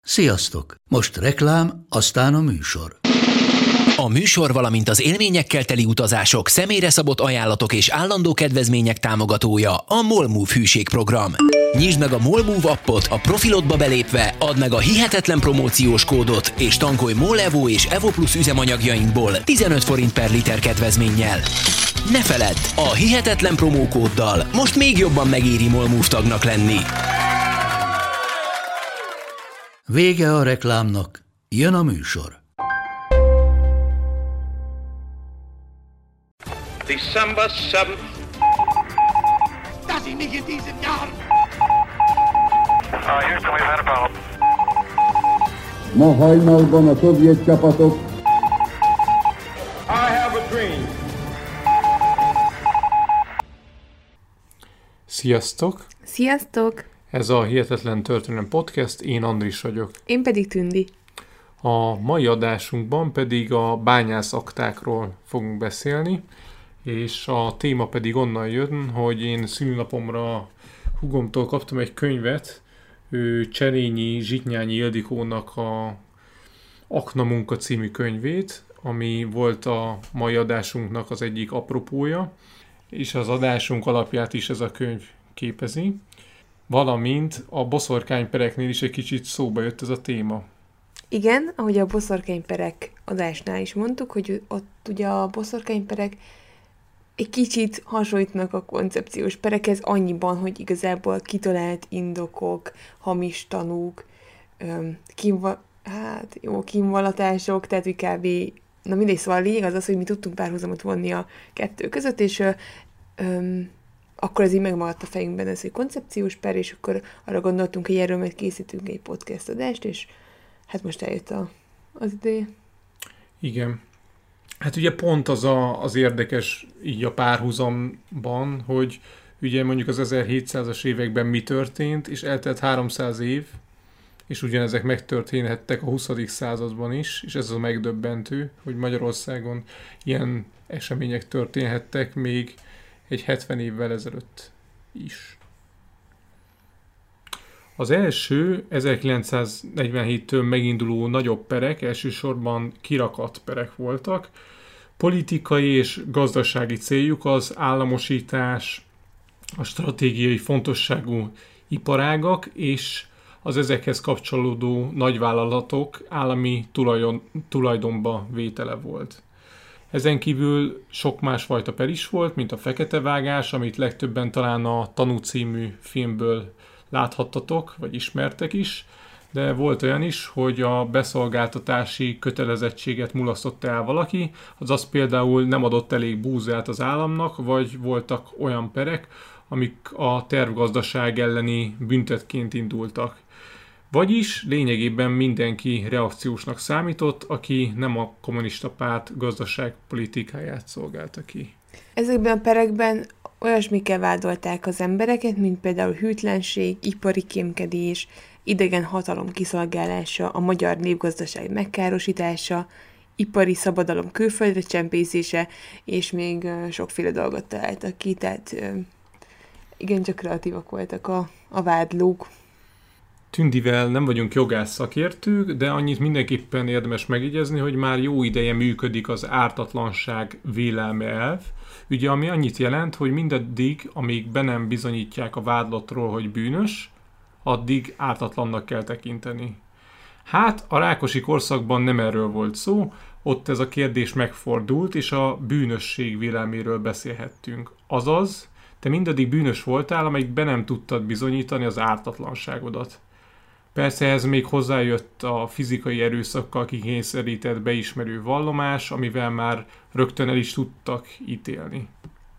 Sziasztok! Most reklám, aztán a műsor. A műsor, valamint az élményekkel teli utazások, személyre szabott ajánlatok és állandó kedvezmények támogatója a MOLMOVE hűségprogram. Nyisd meg a MOLMOVE appot, a profilodba belépve, add meg a hihetetlen promóciós kódot, és tankolj MOL Evo és Evo Plus üzemanyagjainkból 15 forint per liter kedvezménnyel. Ne feledd, a hihetetlen promókóddal most még jobban megéri MOLMOVE tagnak lenni. Vége a reklámnak, jön a műsor. December 7th. Das ist nicht in diesem Jahr. Houston, we've had a problem. Ma hajnalban a szovjet csapatok I have a dream. Sziasztok! Sziasztok! Ez a Hihetetlen Történelem Podcast, én Andris vagyok. Én pedig Tündi. A mai adásunkban pedig a bányászaktákról fogunk beszélni, és a téma pedig onnan jön, hogy én szülinapomra húgomtól kaptam egy könyvet, Cserényi Zsitnyányi Ildikónak a Akna munka című könyvét, ami volt a mai adásunknak az egyik apropója, és az adásunk alapját is ez a könyv képezi, valamint a boszorkánypereknél is egy kicsit szóba jött ez a téma. Igen, ahogy a boszorkányperek adásnál is mondtuk, hogy ott ugye a boszorkányperek egy kicsit hasonlítanak a koncepciós perekhez annyiban, hogy igazából kitalált indokok, hamis tanúk, kínvallatások, tehát kb. Na mindegy, szóval a lényeg az, hogy mi tudtunk párhuzamot vonni a kettő között, és akkor ez így megmaradt a fejünkben ez egy koncepciós per, és akkor arra gondoltunk, hogy erről majd készítünk egy podcast adást, és hát most eljött az ideje. Igen. Hát ugye pont az érdekes így a párhuzamban, hogy ugye mondjuk az 1700-as években mi történt, és eltelt 300 év, és ugyanezek megtörténhettek a 20. században is, és ez a megdöbbentő, hogy Magyarországon ilyen események történhettek még egy 70 évvel ezelőtt is. Az első 1947-től meginduló nagyobb perek elsősorban kirakat perek voltak. Politikai és gazdasági céljuk az államosítás, a stratégiai fontosságú iparágak és az ezekhez kapcsolódó nagyvállalatok állami tulajdonba vétele volt. Ezen kívül sok másfajta per is volt, mint a feketevágás, amit legtöbben talán a Tanú című filmből láthattatok, vagy ismertek is, de volt olyan is, hogy a beszolgáltatási kötelezettséget mulasztott el valaki, azaz például nem adott elég búzát az államnak, vagy voltak olyan perek, amik a tervgazdaság elleni büntetként indultak. Vagyis lényegében mindenki reakciósnak számított, aki nem a kommunista párt gazdaságpolitikáját szolgálta ki. Ezekben a perekben olyasmikkel vádolták az embereket, mint például hűtlenség, ipari kémkedés, idegen hatalom kiszolgálása, a magyar népgazdaság megkárosítása, ipari szabadalom külföldre csempészése, és még sokféle dolgot találtak ki, tehát igencsak kreatívak voltak a vádlók. Tündivel nem vagyunk jogász szakértők, de annyit mindenképpen érdemes megjegyezni, hogy már jó ideje működik az ártatlanság vélelme elv, ugye ami annyit jelent, hogy mindaddig, amíg be nem bizonyítják a vádlottról, hogy bűnös, addig ártatlannak kell tekinteni. Hát a Rákosi korszakban nem erről volt szó, ott ez a kérdés megfordult, és a bűnösség vélelméről beszélhettünk. Azaz, te mindaddig bűnös voltál, amíg be nem tudtad bizonyítani az ártatlanságodat. Persze ez még hozzájött a fizikai erőszakkal kikényszerített beismerő vallomás, amivel már rögtön el is tudtak ítélni.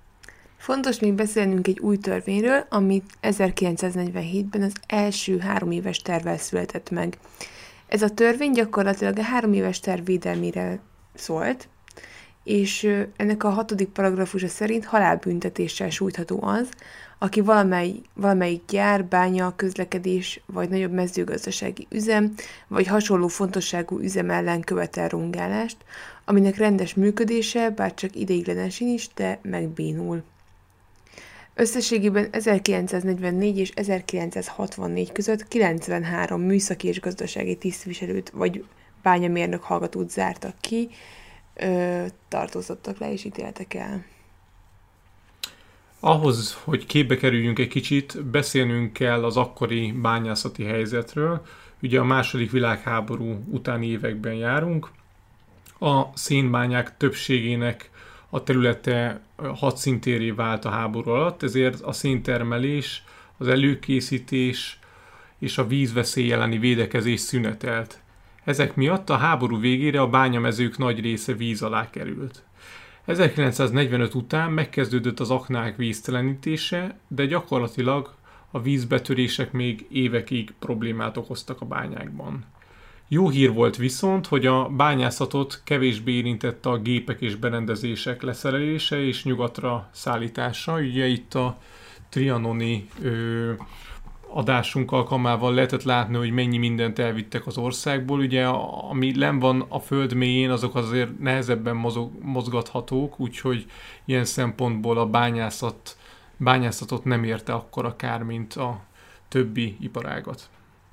Fontos még beszélnünk egy új törvényről, ami 1947-ben az első 3 éves tervvel született meg. Ez a törvény gyakorlatilag a 3 éves terv védelmére szólt, és ennek a 6. paragrafusa szerint halálbüntetéssel sújtható az, aki valamelyik gyár, bánya, közlekedés vagy nagyobb mezőgazdasági üzem, vagy hasonló fontosságú üzem ellen követel rungálást, aminek rendes működése, bár csak ideiglenesen is, de megbénul. Összességében 1944 és 1964 között 93 műszaki és gazdasági tisztviselőt vagy bányamérnök hallgatót zártak ki, tartóztattak le és ítéltek el. Ahhoz, hogy képbe kerüljünk egy kicsit, beszélnünk kell az akkori bányászati helyzetről. Ugye a második világháború utáni években járunk. A szénbányák többségének a területe hadszíntérré vált a háború alatt, ezért a széntermelés, az előkészítés és a vízveszély elleni védekezés szünetelt. Ezek miatt a háború végére a bányamezők nagy része víz alá került. 1945 után megkezdődött az aknák víztelenítése, de gyakorlatilag a vízbetörések még évekig problémát okoztak a bányákban. Jó hír volt viszont, hogy a bányászatot kevésbé érintette a gépek és berendezések leszerelése és nyugatra szállítása. Ugye itt a trianoni adásunk alkalmával lehetett látni, hogy mennyi mindent elvittek az országból. Ugye ami lenn van a föld mélyén, azok azért nehezebben mozgathatók, úgyhogy ilyen szempontból a bányászatot nem érte akkora kár, mint a többi iparágat.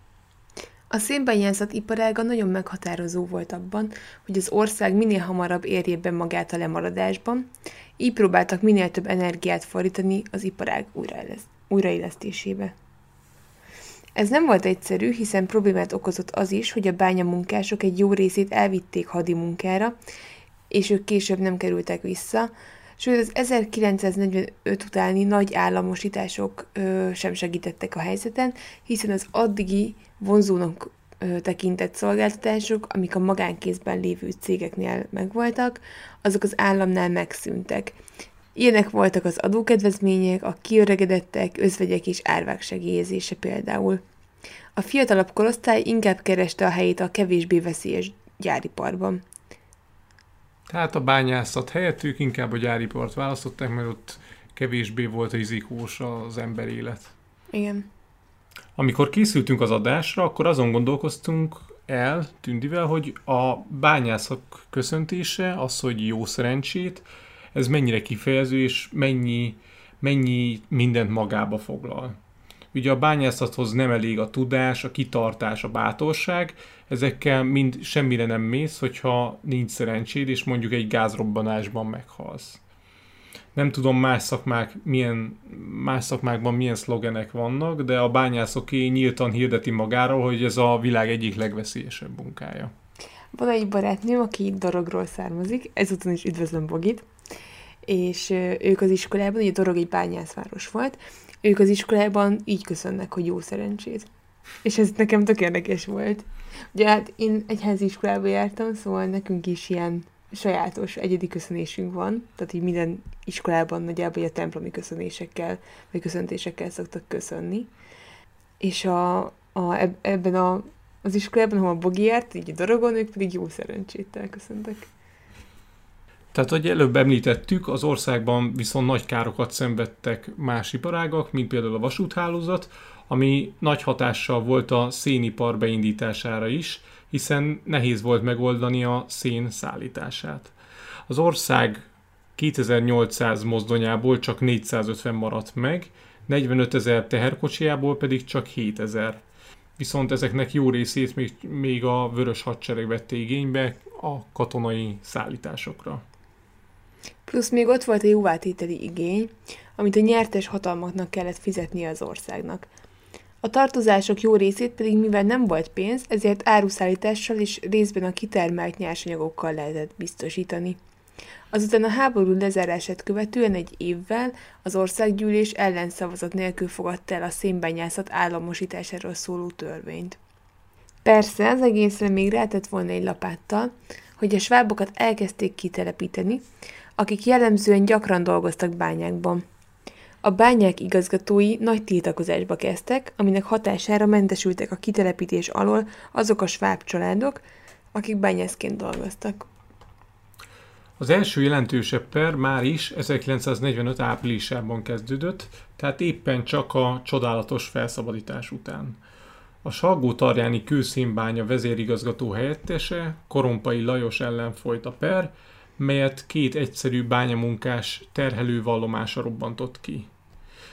A szénbányászat iparága nagyon meghatározó volt abban, hogy az ország minél hamarabb érje be magát a lemaradásban, így próbáltak minél több energiát fordítani az iparág újraélesztésébe. Ez nem volt egyszerű, hiszen problémát okozott az is, hogy a bányamunkások egy jó részét elvitték hadimunkára, és ők később nem kerültek vissza, sőt az 1945 utáni nagy államosítások sem segítettek a helyzeten, hiszen az addigi vonzónak tekintett szolgáltatások, amik a magánkézben lévő cégeknél megvoltak, azok az államnál megszűntek. Ilyenek voltak az adókedvezmények, a kiöregedettek, özvegyek és árvák segélyezése például. A fiatalabb korosztály inkább kereste a helyét a kevésbé veszélyes gyáriparban. Tehát a bányászat helyett ők inkább a gyáripart választották, mert ott kevésbé volt rizikós az emberélet. Igen. Amikor készültünk az adásra, akkor azon gondolkoztunk el Tündivel, hogy a bányászok köszöntése, az, hogy jó szerencsét, ez mennyire kifejező, és mennyi mindent magába foglal. Ugye a bányászathoz nem elég a tudás, a kitartás, a bátorság, ezekkel mind semmire nem mész, hogyha nincs szerencséd, és mondjuk egy gázrobbanásban meghalsz. Nem tudom, más szakmákban milyen szlogenek vannak, de a bányászoké nyíltan hirdeti magáról, hogy ez a világ egyik legveszélyesebb munkája. Van egy barátnőm, aki Dorogról származik, ezúton is üdvözlöm Bogit, és ők az iskolában, ugye Dorog egy bányászváros volt, ők az iskolában így köszönnek, hogy jó szerencsét. És ez nekem tök érdekes volt. Ugye hát én egyházi iskolába jártam, szóval nekünk is ilyen sajátos, egyedi köszönésünk van, tehát így minden iskolában nagyjából a templomi köszönésekkel, vagy köszöntésekkel szoktak köszönni. És ebben az iskolában, ahol a Bogi járt, így a Dorogon, ők pedig jó szerencséttel köszöntek. Tehát, ahogy előbb említettük, az országban viszont nagy károkat szenvedtek más iparágak, mint például a vasúthálózat, ami nagy hatással volt a szénipar beindítására is, hiszen nehéz volt megoldani a szén szállítását. Az ország 2800 mozdonyából csak 450 maradt meg, 45 000 teherkocsijából pedig csak 7000. Viszont ezeknek jó részét még a Vörös Hadsereg vette igénybe a katonai szállításokra. Plusz még ott volt a jóvátételi igény, amit a nyertes hatalmaknak kellett fizetnie az országnak. A tartozások jó részét pedig, mivel nem volt pénz, ezért áruszállítással és részben a kitermelt nyersanyagokkal lehetett biztosítani. Azután a háború lezárását követően egy évvel az országgyűlés ellenszavazat nélkül fogadta el a szénbányászat államosításáról szóló törvényt. Persze, az egészre még rátett volna egy lapáttal, hogy a svábokat elkezdték kitelepíteni, akik jellemzően gyakran dolgoztak bányákban. A bányák igazgatói nagy tiltakozásba kezdtek, aminek hatására mentesültek a kitelepítés alól azok a sváb családok, akik bányászként dolgoztak. Az első jelentősebb per már is 1945 áprilisában kezdődött, tehát éppen csak a csodálatos felszabadítás után. A Salgótarjáni kőszénbánya vezérigazgató helyettese, Korompai Lajos ellen folyt a per, melyet két egyszerű bányamunkás terhelő vallomása robbantott ki.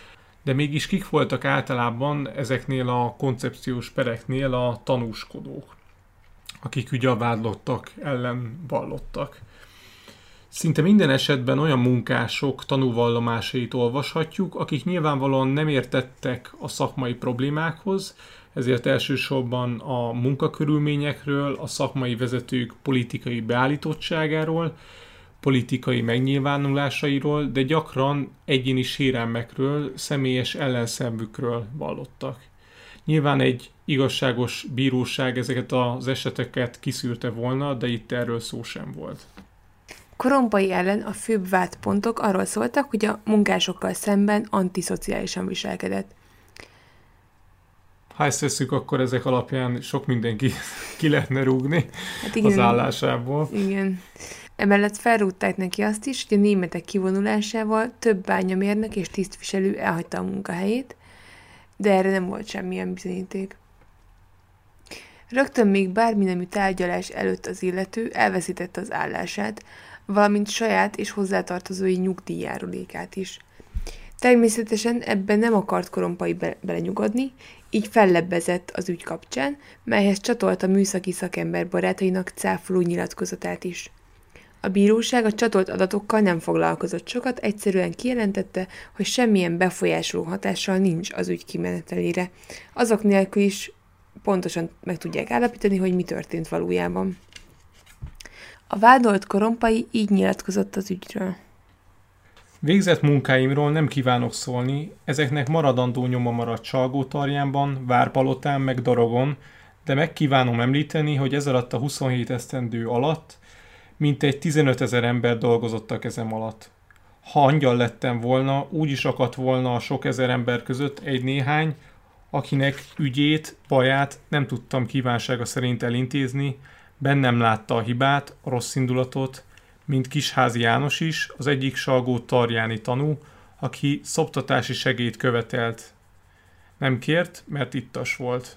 De mégis kik voltak általában ezeknél a koncepciós pereknél a tanúskodók, akik ugye a vádlottak ellen vallottak? Szinte minden esetben olyan munkások tanúvallomásait olvashatjuk, akik nyilvánvalóan nem értettek a szakmai problémákhoz, ezért elsősorban a munkakörülményekről, a szakmai vezetők politikai beállítottságáról, politikai megnyilvánulásairól, de gyakran egyéni sérelmekről, személyes ellenszenvükről vallottak. Nyilván egy igazságos bíróság ezeket az eseteket kiszűrte volna, de itt erről szó sem volt. Korompai ellen a főbb vádpontok arról szóltak, hogy a munkásokkal szemben antiszociálisan viselkedett. Ha ezt tesszük, akkor ezek alapján sok mindenki ki lehetne rúgni az állásából. Igen. Emellett felrúgták neki azt is, hogy a németek kivonulásával több bányamérnök és tisztviselő elhagyta a munkahelyét, de erre nem volt semmilyen bizonyíték. Rögtön még bármi nemű tárgyalás előtt az illető elveszítette az állását, valamint saját és hozzátartozói nyugdíjjárulékát is. Természetesen ebben nem akart Korompai belenyugodni, így fellebbezett az ügy kapcsán, melyhez csatolta műszaki szakember barátainak cáfoló nyilatkozatát is. A bíróság a csatolt adatokkal nem foglalkozott sokat, egyszerűen kijelentette, hogy semmilyen befolyásoló hatással nincs az ügy kimenetelére. Azok nélkül is pontosan meg tudják állapítani, hogy mi történt valójában. A vádolt Korompai így nyilatkozott az ügyről. Végzett munkáimról nem kívánok szólni, ezeknek maradandó nyoma maradt Salgótarjánban, Várpalotán meg Dorogon, de megkívánom említeni, hogy ez alatt a 27 esztendő alatt mintegy 15 000 ember dolgozott a kezem alatt. Ha angyal lettem volna, úgy is akadt volna a sok ezer ember között egy néhány, akinek ügyét, baját nem tudtam kívánsága szerint elintézni, bennem látta a hibát, a rossz indulatot, mint Kisházi János is, az egyik salgótarjáni tanú, aki szoptatási segélyt követelt. Nem kért, mert ittas volt.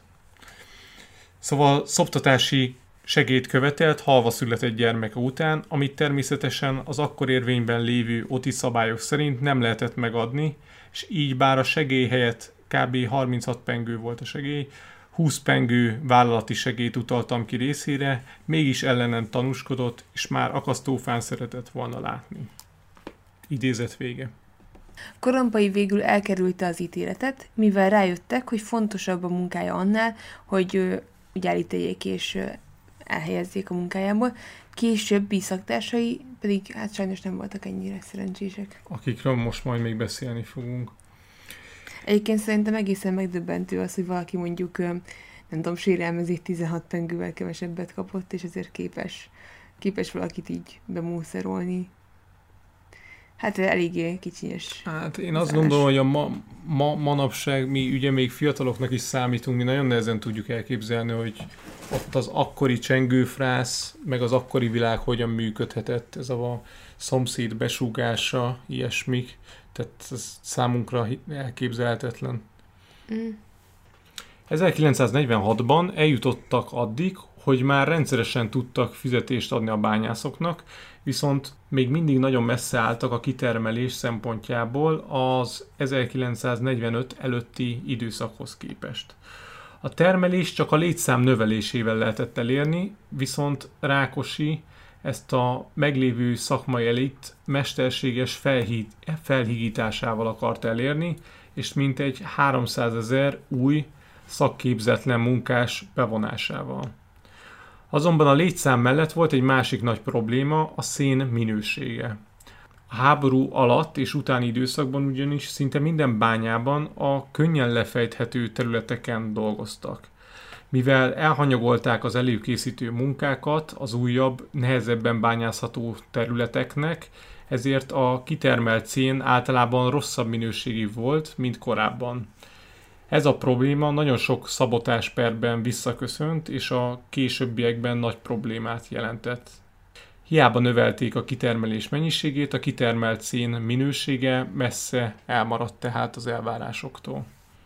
Szóval szoptatási segélyt követelt halva született gyermeke után, amit természetesen az akkor érvényben lévő OTI szabályok szerint nem lehetett megadni, és így bár a segély helyett kb. 36 pengő volt a segély, 20 pengő vállalati segélyt utaltam ki részére, mégis ellenem tanúskodott, és már akasztófán szeretett volna látni. Idézet vége. Korompai végül elkerülte az ítéletet, mivel rájöttek, hogy fontosabb a munkája annál, hogy úgy elítéljék és elhelyezzék a munkájából. Későbbi szaktársai pedig hát sajnos nem voltak ennyire szerencsések. Akikről most majd még beszélni fogunk. Egyébként szerintem egészen megdöbbentő az, hogy valaki mondjuk, nem tudom, sérelmezés 16 pengővel kevesebbet kapott, és ezért képes valakit így bemószerolni. Hát eléggé kicsinyes. Hát én azt gondolom, hogy a manapság mi ugye még fiataloknak is számítunk, mi nagyon nehezen tudjuk elképzelni, hogy ott az akkori csengőfrász, meg az akkori világ hogyan működhetett, ez a szomszéd besúgása, ilyesmik. Tehát ez számunkra elképzelhetetlen. 1946-ban eljutottak addig, hogy már rendszeresen tudtak fizetést adni a bányászoknak, viszont még mindig nagyon messze álltak a kitermelés szempontjából az 1945 előtti időszakhoz képest. A termelés csak a létszám növelésével lehetett elérni, viszont Rákosi ezt a meglévő szakmai elit mesterséges felhígításával akart elérni, és mintegy 300 000 új, szakképzetlen munkás bevonásával. Azonban a létszám mellett volt egy másik nagy probléma, a szén minősége. A háború alatt és utáni időszakban ugyanis szinte minden bányában a könnyen lefejthető területeken dolgoztak. Mivel elhanyagolták az előkészítő munkákat az újabb, nehezebben bányászható területeknek, ezért a kitermelt szén általában rosszabb minőségű volt, mint korábban. Ez a probléma nagyon sok szabotásperben visszaköszönt, és a későbbiekben nagy problémát jelentett. Hiába növelték a kitermelés mennyiségét, a kitermelt szén minősége messze elmaradt tehát az elvárásoktól.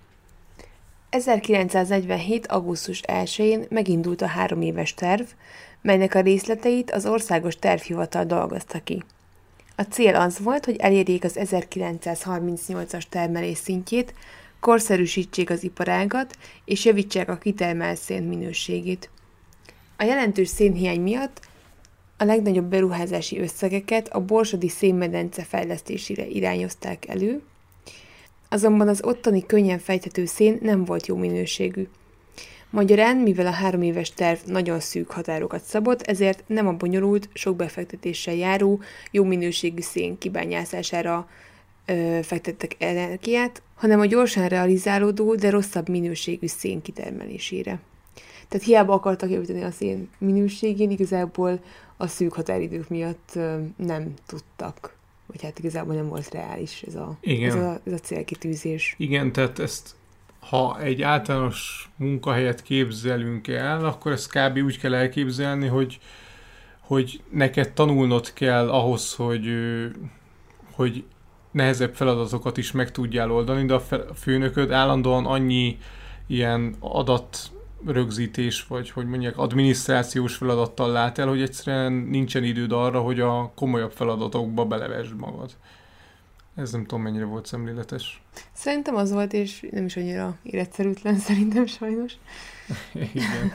1947. augusztus 1-én megindult a 3 éves terv, melynek a részleteit az Országos Tervhivatal dolgozta ki. A cél az volt, hogy elérjék az 1938-as termelés szintjét, korszerűsítsék az iparágat, és javítsák a kitermelt szén minőségét. A jelentős szénhiány miatt a legnagyobb beruházási összegeket a borsodi szénmedence fejlesztésére irányozták elő, azonban az ottani könnyen fejthető szén nem volt jó minőségű. Magyarán, mivel a 3 éves terv nagyon szűk határokat szabott, ezért nem a bonyolult, sok befektetéssel járó, jó minőségű szén kibányászására fektettek energiát, hanem a gyorsan realizálódó, de rosszabb minőségű szén kitermelésére. Tehát hiába akartak javítani a szén minőségén, igazából a szűk határidők miatt nem tudtak, vagy hát igazából nem volt reális ez a célkitűzés. Igen, tehát ezt, ha egy általános munkahelyet képzelünk el, akkor ezt kb. Úgy kell elképzelni, hogy neked tanulnod kell ahhoz, hogy nehezebb feladatokat is meg tudjál oldani, de a főnököd állandóan annyi ilyen adatrögzítés, vagy hogy mondják, adminisztrációs feladattal lát el, hogy egyszerűen nincsen időd arra, hogy a komolyabb feladatokba belevesd magad. Ez nem tudom, mennyire volt szemléletes. Szerintem az volt, és nem is annyira életszerűtlen, szerintem sajnos. Igen.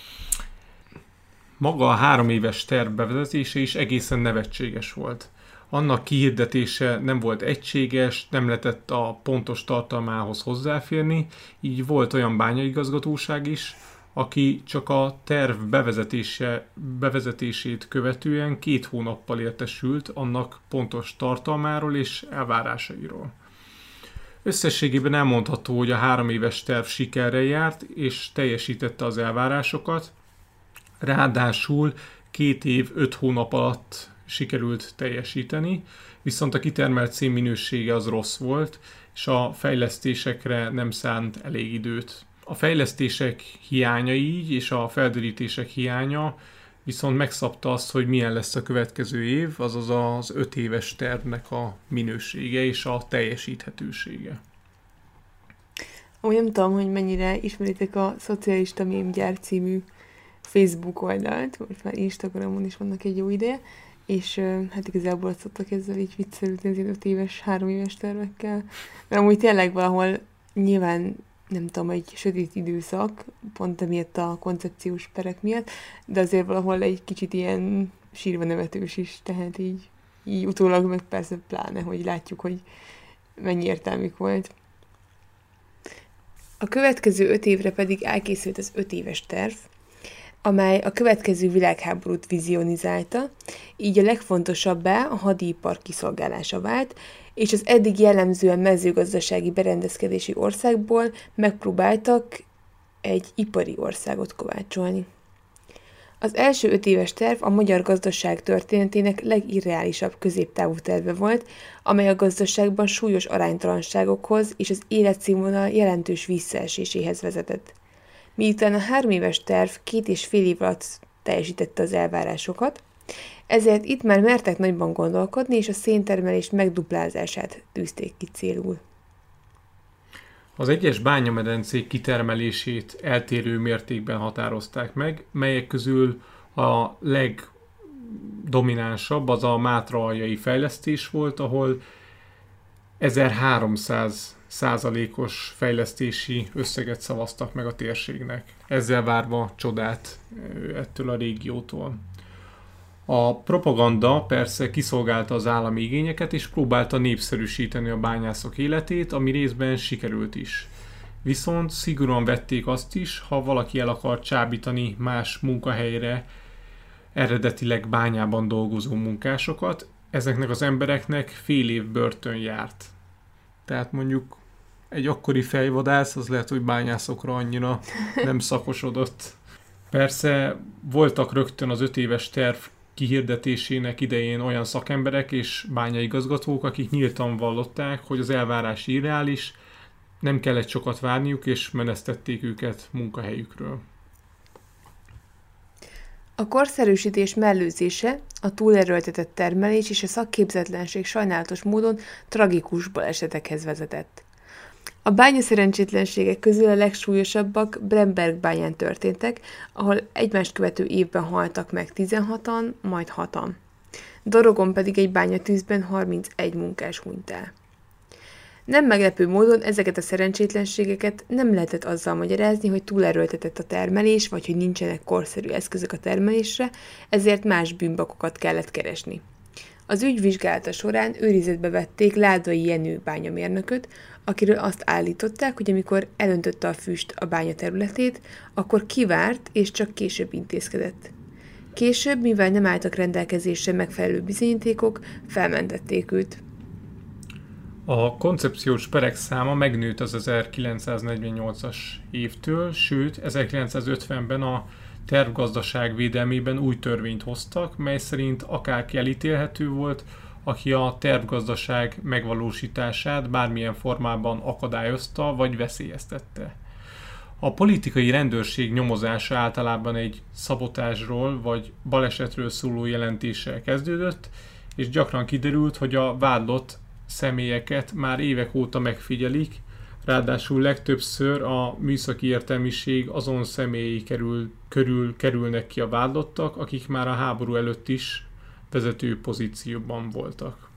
Maga a 3 éves terv bevezetése is egészen nevetséges volt. Annak kihirdetése nem volt egységes, nem lehetett a pontos tartalmához hozzáférni, így volt olyan bányaigazgatóság is, aki csak a terv bevezetését követően 2 hónappal értesült annak pontos tartalmáról és elvárásairól. Összességében elmondható, hogy a 3 éves terv sikerrel járt, és teljesítette az elvárásokat, ráadásul 2 év 5 hónap alatt sikerült teljesíteni, viszont a kitermelt szén minősége az rossz volt, és a fejlesztésekre nem szánt elég időt. A fejlesztések hiánya így, és a felderítések hiánya viszont megszabta azt, hogy milyen lesz a következő év, azaz az 5 éves tervnek a minősége és a teljesíthetősége. Úgy nem tudom, hogy mennyire ismeritek a Szocialista Mémgyár című Facebook oldalt, vagy már Instagramon is vannak egy jó ideje, és hát igazából szoktak ezzel így viccelődni az 5 éves, 3 éves tervekkel. Mert amúgy tényleg valahol nyilván nem tudom, egy sötét időszak, pont emiatt a koncepciós perek miatt, de azért valahol egy kicsit ilyen sírva nevetős is, tehát így utólag meg persze pláne, hogy látjuk, hogy mennyi értelmük volt. A következő 5 évre pedig elkészült az 5 éves terv, amely a következő világháborút vizionizálta, így a legfontosabbá a hadipar kiszolgálása vált, és az eddig jellemzően mezőgazdasági berendezkedési országból megpróbáltak egy ipari országot kovácsolni. Az első 5 éves terv a magyar gazdaság történetének legirreálisabb középtávú terve volt, amely a gazdaságban súlyos aránytalanságokhoz és az életszínvonal jelentős visszaeséséhez vezetett. Miután a 3 éves terv 2,5 év alatt teljesítette az elvárásokat, ezért itt már mertek nagyban gondolkodni, és a széntermelés megduplázását tűzték ki célul. Az egyes bányamedencék kitermelését eltérő mértékben határozták meg, melyek közül a legdominánsabb az a mátraaljai fejlesztés volt, ahol 1300%-os fejlesztési összeget szavaztak meg a térségnek, ezzel várva csodát ettől a régiótól. A propaganda persze kiszolgálta az állami igényeket, és próbálta népszerűsíteni a bányászok életét, ami részben sikerült is. Viszont szigorúan vették azt is, ha valaki el akart csábítani más munkahelyre eredetileg bányában dolgozó munkásokat, ezeknek az embereknek fél év börtön járt. Tehát mondjuk egy akkori fejvadász, az lehet, hogy bányászokra annyira nem szakosodott. Persze voltak rögtön az 5 éves terv kihirdetésének idején olyan szakemberek és bányaigazgatók, akik nyíltan vallották, hogy az elvárás irreális, nem kellett sokat várniuk, és menesztették őket munkahelyükről. A korszerűsítés mellőzése, a túlerőltetett termelés és a szakképzetlenség sajnálatos módon tragikus balesetekhez vezetett. A bányaszerencsétlenségek közül a legsúlyosabbak Bremberg bányán történtek, ahol egymást követő évben haltak meg 16-an, majd 6-an. Dorogon pedig egy bányatűzben 31 munkás hunyt el. Nem meglepő módon ezeket a szerencsétlenségeket nem lehetett azzal magyarázni, hogy túlerőltetett a termelés, vagy hogy nincsenek korszerű eszközök a termelésre, ezért más bűnbakokat kellett keresni. Az ügy vizsgálata során őrizetbe vették Ládai Jenő bányamérnököt, akiről azt állították, hogy amikor elöntötte a füst a bánya területét, akkor kivárt és csak később intézkedett. Később, mivel nem álltak rendelkezésre megfelelő bizonyítékok, felmentették őt. A koncepciós perek száma megnőtt az 1948-as évtől, sőt 1950-ben a tervgazdaság védelmében új törvényt hoztak, mely szerint akárki elítélhető volt, aki a tervgazdaság megvalósítását bármilyen formában akadályozta vagy veszélyeztette. A politikai rendőrség nyomozása általában egy szabotásról vagy balesetről szóló jelentéssel kezdődött, és gyakran kiderült, hogy a vádlott személyeket már évek óta megfigyelik, ráadásul legtöbbször a műszaki értelmiség azon személyei körül kerülnek ki a vádlottak, akik már a háború előtt is vezető pozícióban voltak.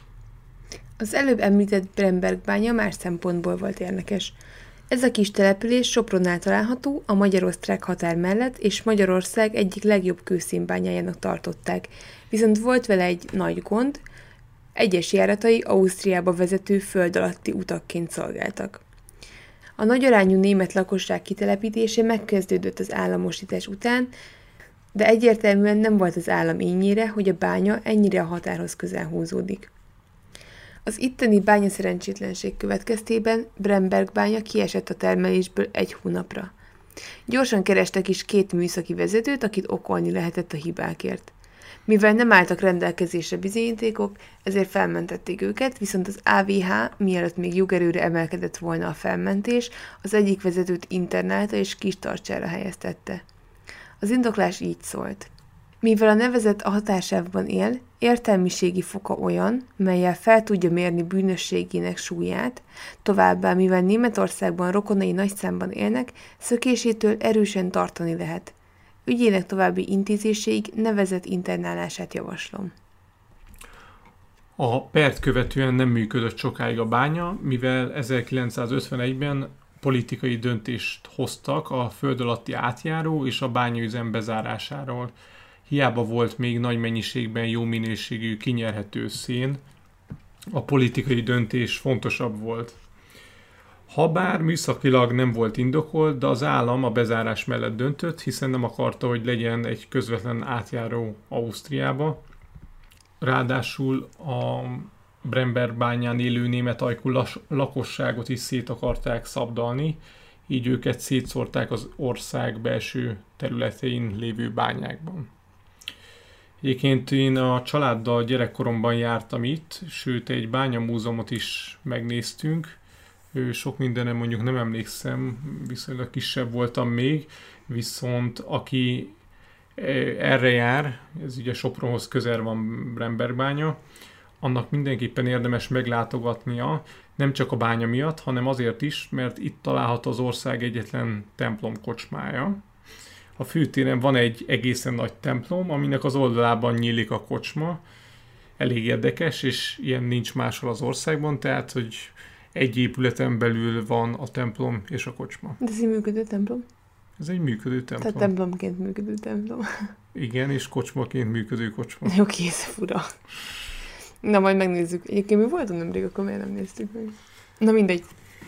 Az előbb említett Bremberg bánya más szempontból volt érdekes. Ez a kis település Sopronnál található, a magyar-osztrák határ mellett, és Magyarország egyik legjobb kőszénbányájának tartották. Viszont volt vele egy nagy gond, egyes járatai Ausztriába vezető föld alatti utakként szolgáltak. A nagyarányú német lakosság kitelepítése megkezdődött az államosítás után, de egyértelműen nem volt az állam ínyére, hogy a bánya ennyire a határhoz közel húzódik. Az itteni bányaszerencsétlenség következtében Bremberg bánya kiesett a termelésből egy hónapra. Gyorsan kerestek is 2 műszaki vezetőt, akit okolni lehetett a hibákért. Mivel nem álltak rendelkezésre bizonyítékok, ezért felmentették őket, viszont az AVH, mielőtt még jogerőre emelkedett volna a felmentés, az egyik vezetőt internálta és kis tartsára helyeztette. Az indoklás így szólt. Mivel a nevezett a határsávban él, értelmiségi foka olyan, mellyel fel tudja mérni bűnösségének súlyát, továbbá mivel Németországban rokonai nagy számban élnek, szökésétől erősen tartani lehet. Ügyének további intézéséig nevezett internálását javaslom. A pert követően nem működött sokáig a bánya, mivel 1951-ben politikai döntést hoztak a föld alatti átjáró és a bányaüzem bezárásáról. Hiába volt még nagy mennyiségben jó minőségű kinyerhető szén, a politikai döntés fontosabb volt. Habár műszakilag nem volt indokolt, de az állam a bezárás mellett döntött, hiszen nem akarta, hogy legyen egy közvetlen átjáró Ausztriába. Ráadásul a Bremberg bányán élő német ajkú lakosságot is szét akarták szabdalni, így őket szétszórták az ország belső területein lévő bányákban. Egyébként én a családdal gyerekkoromban jártam itt, sőt egy bányamúzeumot is megnéztünk. Sok mindenre mondjuk nem emlékszem, viszonylag kisebb voltam még, viszont aki erre jár, ez ugye Sopronhoz közel van Bremberg bánya, annak mindenképpen érdemes meglátogatnia, nem csak a bánya miatt, hanem azért is, mert itt található az ország egyetlen templom kocsmája. A főtéren van egy egészen nagy templom, aminek az oldalában nyílik a kocsma. Elég érdekes, és ilyen nincs máshol az országban, tehát hogy egy épületen belül van a templom és a kocsma. De ez egy működő templom? Ez egy működő templom. Tehát templomként működő templom. Igen, és kocsmaként működő kocsma. Oké, ez fura. Na, majd megnézzük. Egyébként mi voltunk nemrég, akkor miért nem néztük meg? Na mindegy.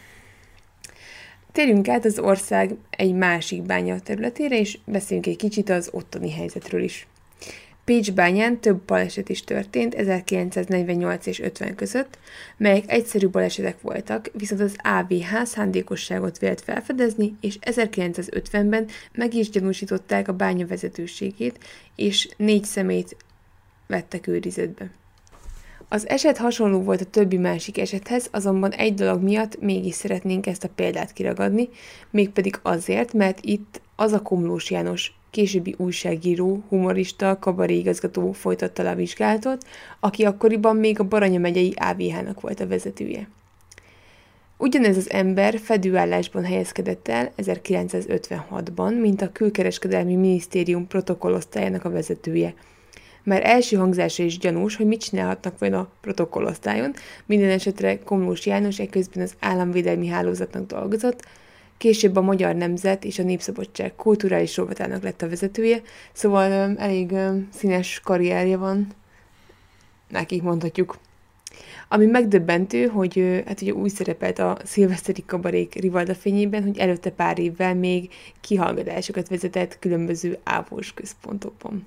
Térjünk át az ország egy másik bánya területére, és beszéljünk egy kicsit az ottani helyzetről is. Pécs bányán több baleset is történt 1948 és 50 között, melyek egyszerű balesetek voltak, viszont az AVH szándékosságot vélt felfedezni, és 1950-ben meg is gyanúsították a bánya vezetőségét, és 4 személyt vettek őrizetbe. Az eset hasonló volt a többi másik esethez, azonban egy dolog miatt mégis szeretnénk ezt a példát kiragadni, mégpedig azért, mert itt az a Komlós János, későbbi újságíró, humorista, kabaréigazgató folytatta le a vizsgálatot, aki akkoriban még a Baranya megyei AVH-nak volt a vezetője. Ugyanez az ember fedőállásban helyezkedett el 1956-ban, mint a Külkereskedelmi Minisztérium protokollosztályának a vezetője. Már első hangzása is gyanús, hogy mit csinálhatnak vajon a protokollosztályon. Minden esetre Komlós János eközben az államvédelmi hálózatnak dolgozott, később a Magyar Nemzet és a Népszabadság kulturális rovatának lett a vezetője, szóval elég színes karrierje van, nekik mondhatjuk. Ami megdöbbentő, hogy hát ugye úgy szerepelt a szilveszteri kabarék Rivalda fényében, hogy előtte pár évvel még kihallgatásokat vezetett különböző ávós központokban.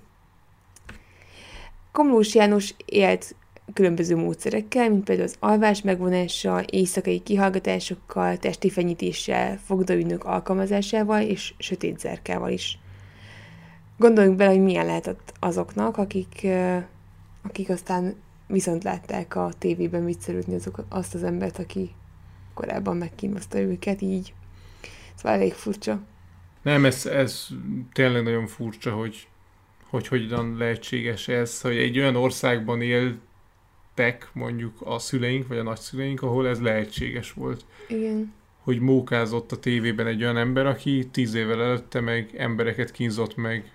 Komlós János élt különböző módszerekkel, mint például az alvás megvonással, éjszakai kihallgatásokkal, testi fenyítéssel, fogdaügynök alkalmazásával és sötét zerkával is. Gondoljunk bele, hogy milyen lehetett azoknak, akik aztán viszont látták a tévében viccelődni azt az embert, aki korábban megkínozta őket, így. Szóval elég furcsa. Nem, ez tényleg nagyon furcsa, hogy hogyan lehetséges ez, hogy egy olyan országban éltek mondjuk a szüleink, vagy a nagyszüleink, ahol ez lehetséges volt. Igen. Hogy mókázott a tévében egy olyan ember, aki 10 évvel előtte meg embereket kínzott meg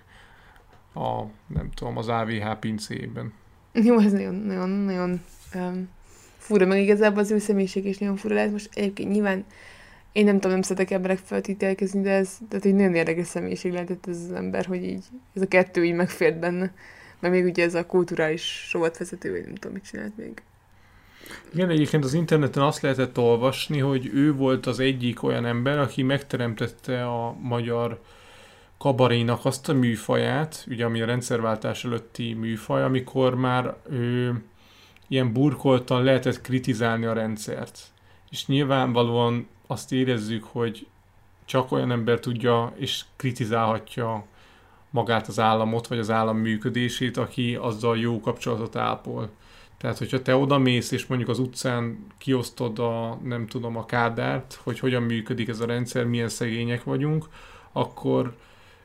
az AVH pincéjében. Jó, ez nagyon fura, meg igazából az ő személyiség is nagyon fura lehet. Most egyébként nyilván én nem tudom, nem szeretek emberek feltételkezni, de ez tehát egy nagyon érdekes személyiség lehetett ez az ember, hogy így ez a kettő így megfért benne. Mert még ugye ez a kulturális rovatvezető, vagy nem tudom, mit csinált még. Igen, egyébként az interneten azt lehetett olvasni, hogy ő volt az egyik olyan ember, aki megteremtette a magyar kabarénak azt a műfaját, ugye ami a rendszerváltás előtti műfaj, amikor már ilyen burkoltan lehetett kritizálni a rendszert. És nyilvánvalóan azt érezzük, hogy csak olyan ember tudja és kritizálhatja magát az államot, vagy az állam működését, aki azzal jó kapcsolatot ápol. Tehát, hogyha te odamész, és mondjuk az utcán kiosztod a Kádárt, hogy hogyan működik ez a rendszer, milyen szegények vagyunk, akkor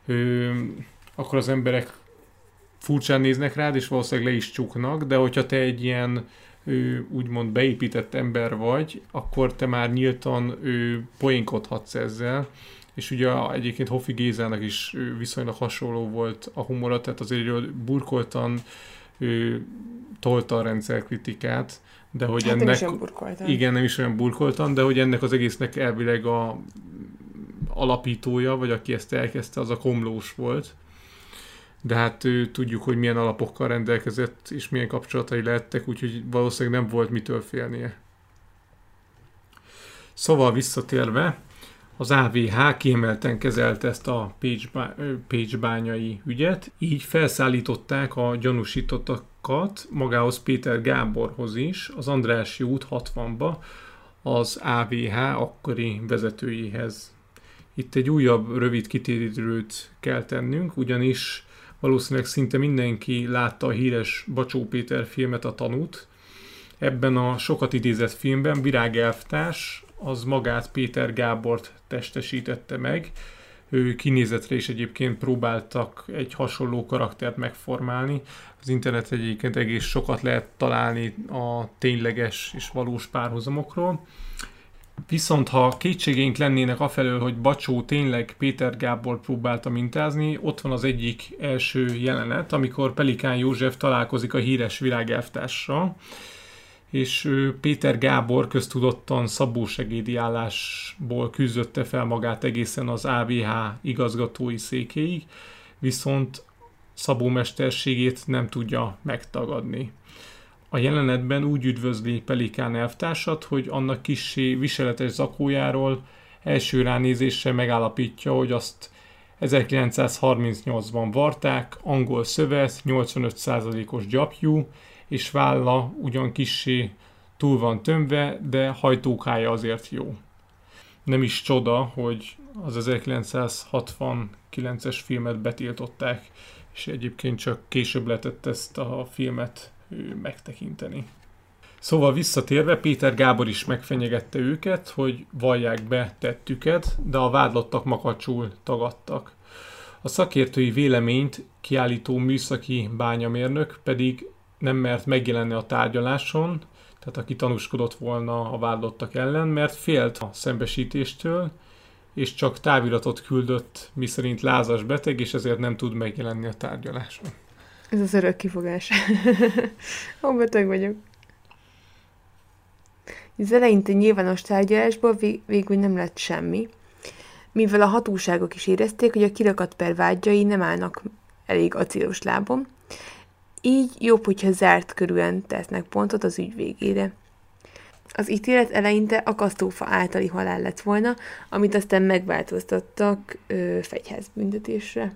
az emberek furcsán néznek rád, és valószínűleg le is csuknak, de hogyha te egy ilyen úgymond beépített ember vagy, akkor te már nyíltan poénkodhatsz ezzel, és ugye egyébként Hoffi Gézának is viszonylag hasonló volt a humora, tehát azért burkoltan tolta a rendszerkritikát, de hogy hát ennek... nem is olyan burkoltan. Igen, nem is olyan burkoltan, de hogy ennek az egésznek elvileg a alapítója, vagy aki ezt elkezdte, az a Komlós volt. De hát tudjuk, hogy milyen alapokkal rendelkezett, és milyen kapcsolatai lettek, úgyhogy valószínűleg nem volt mitől félnie. Szóval visszatérve, az AVH kiemelten kezelte ezt a pécsbányai ügyet, így felszállították a gyanúsítottakat magához Péter Gáborhoz is, az Andrássy út 60-ba, az AVH akkori vezetőjéhez. Itt egy újabb rövid kitérítőt kell tennünk, ugyanis valószínűleg szinte mindenki látta a híres Bacsó Péter filmet, a Tanút. Ebben a sokat idézett filmben Virág elvtárs az magát Péter Gábort testesítette meg. Ő kinézetre is egyébként próbáltak egy hasonló karaktert megformálni. Az internet egyébként egész sokat lehet találni a tényleges és valós párhuzamokról. Viszont ha kétségeink lennének afelől, hogy Bacsó tényleg Péter Gábor próbálta mintázni, ott van az egyik első jelenet, amikor Pelikán József találkozik a híres Virág elvtárssal, és Péter Gábor köztudottan szabósegédi állásból küzdötte fel magát egészen az AVH igazgatói székéig, viszont szabómesterségét nem tudja megtagadni. A jelenetben úgy üdvözli Pelikán elvtársat, hogy annak kissé viseletes zakójáról első ránézésre megállapítja, hogy azt 1938-ban varták, angol szövet, 85%-os gyapjú, és válla ugyan kissé túl van tömve, de hajtókája azért jó. Nem is csoda, hogy az 1969-es filmet betiltották, és egyébként csak később lehetett ezt a filmet megtekinteni. Szóval visszatérve, Péter Gábor is megfenyegette őket, hogy vallják be tettüket, de a vádlottak makacsul tagadtak. A szakértői véleményt kiállító műszaki bányamérnök pedig nem mert megjelenni a tárgyaláson, tehát aki tanúskodott volna a vádlottak ellen, mert félt a szembesítéstől, és csak táviratot küldött, miszerint lázas beteg, és ezért nem tud megjelenni a tárgyaláson. Ez az örök kifogás. Ó, beteg vagyok. Az eleinte nyilvános tárgyalásból végül nem lett semmi, mivel a hatóságok is érezték, hogy a kirakat per vágyai nem állnak elég acélos lábon, így jobb, hogyha zárt körülön tesznek pontot az ügy végére. Az ítélet eleinte akasztófa általi halál lett volna, amit aztán megváltoztattak fegyházbüntetésre.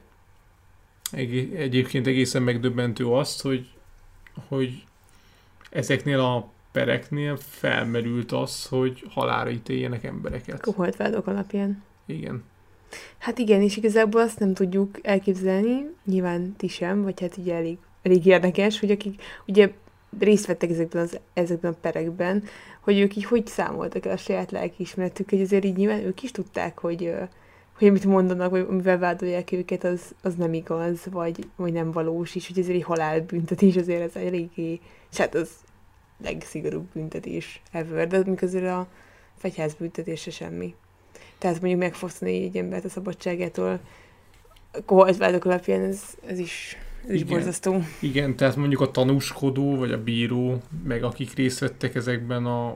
Egyébként egészen megdöbbentő azt, hogy ezeknél a pereknél felmerült az, hogy halálra ítéljenek embereket. Koholt vádok alapján. Igen. Hát igen, és igazából azt nem tudjuk elképzelni, nyilván ti sem, vagy hát ugye elég érdekes, hogy akik ugye részt vettek ezekben a perekben, hogy ők így hogy számoltak el a saját lelkiismeretük, hogy azért így nyilván ők is tudták, hogy amit mondanak, vagy amivel vádolják őket, az nem igaz, vagy nem valós is, hogy ezért egy halálbüntetés azért ez eléggé, és hát az legszigorúbb büntetés ever, de amikor azért a fegyházbüntetés se semmi. Tehát mondjuk megfosztani egy embert a szabadságától koholt vádok alapján, ez is borzasztó. Igen, tehát mondjuk a tanúskodó, vagy a bíró, meg akik részt vettek ezekben az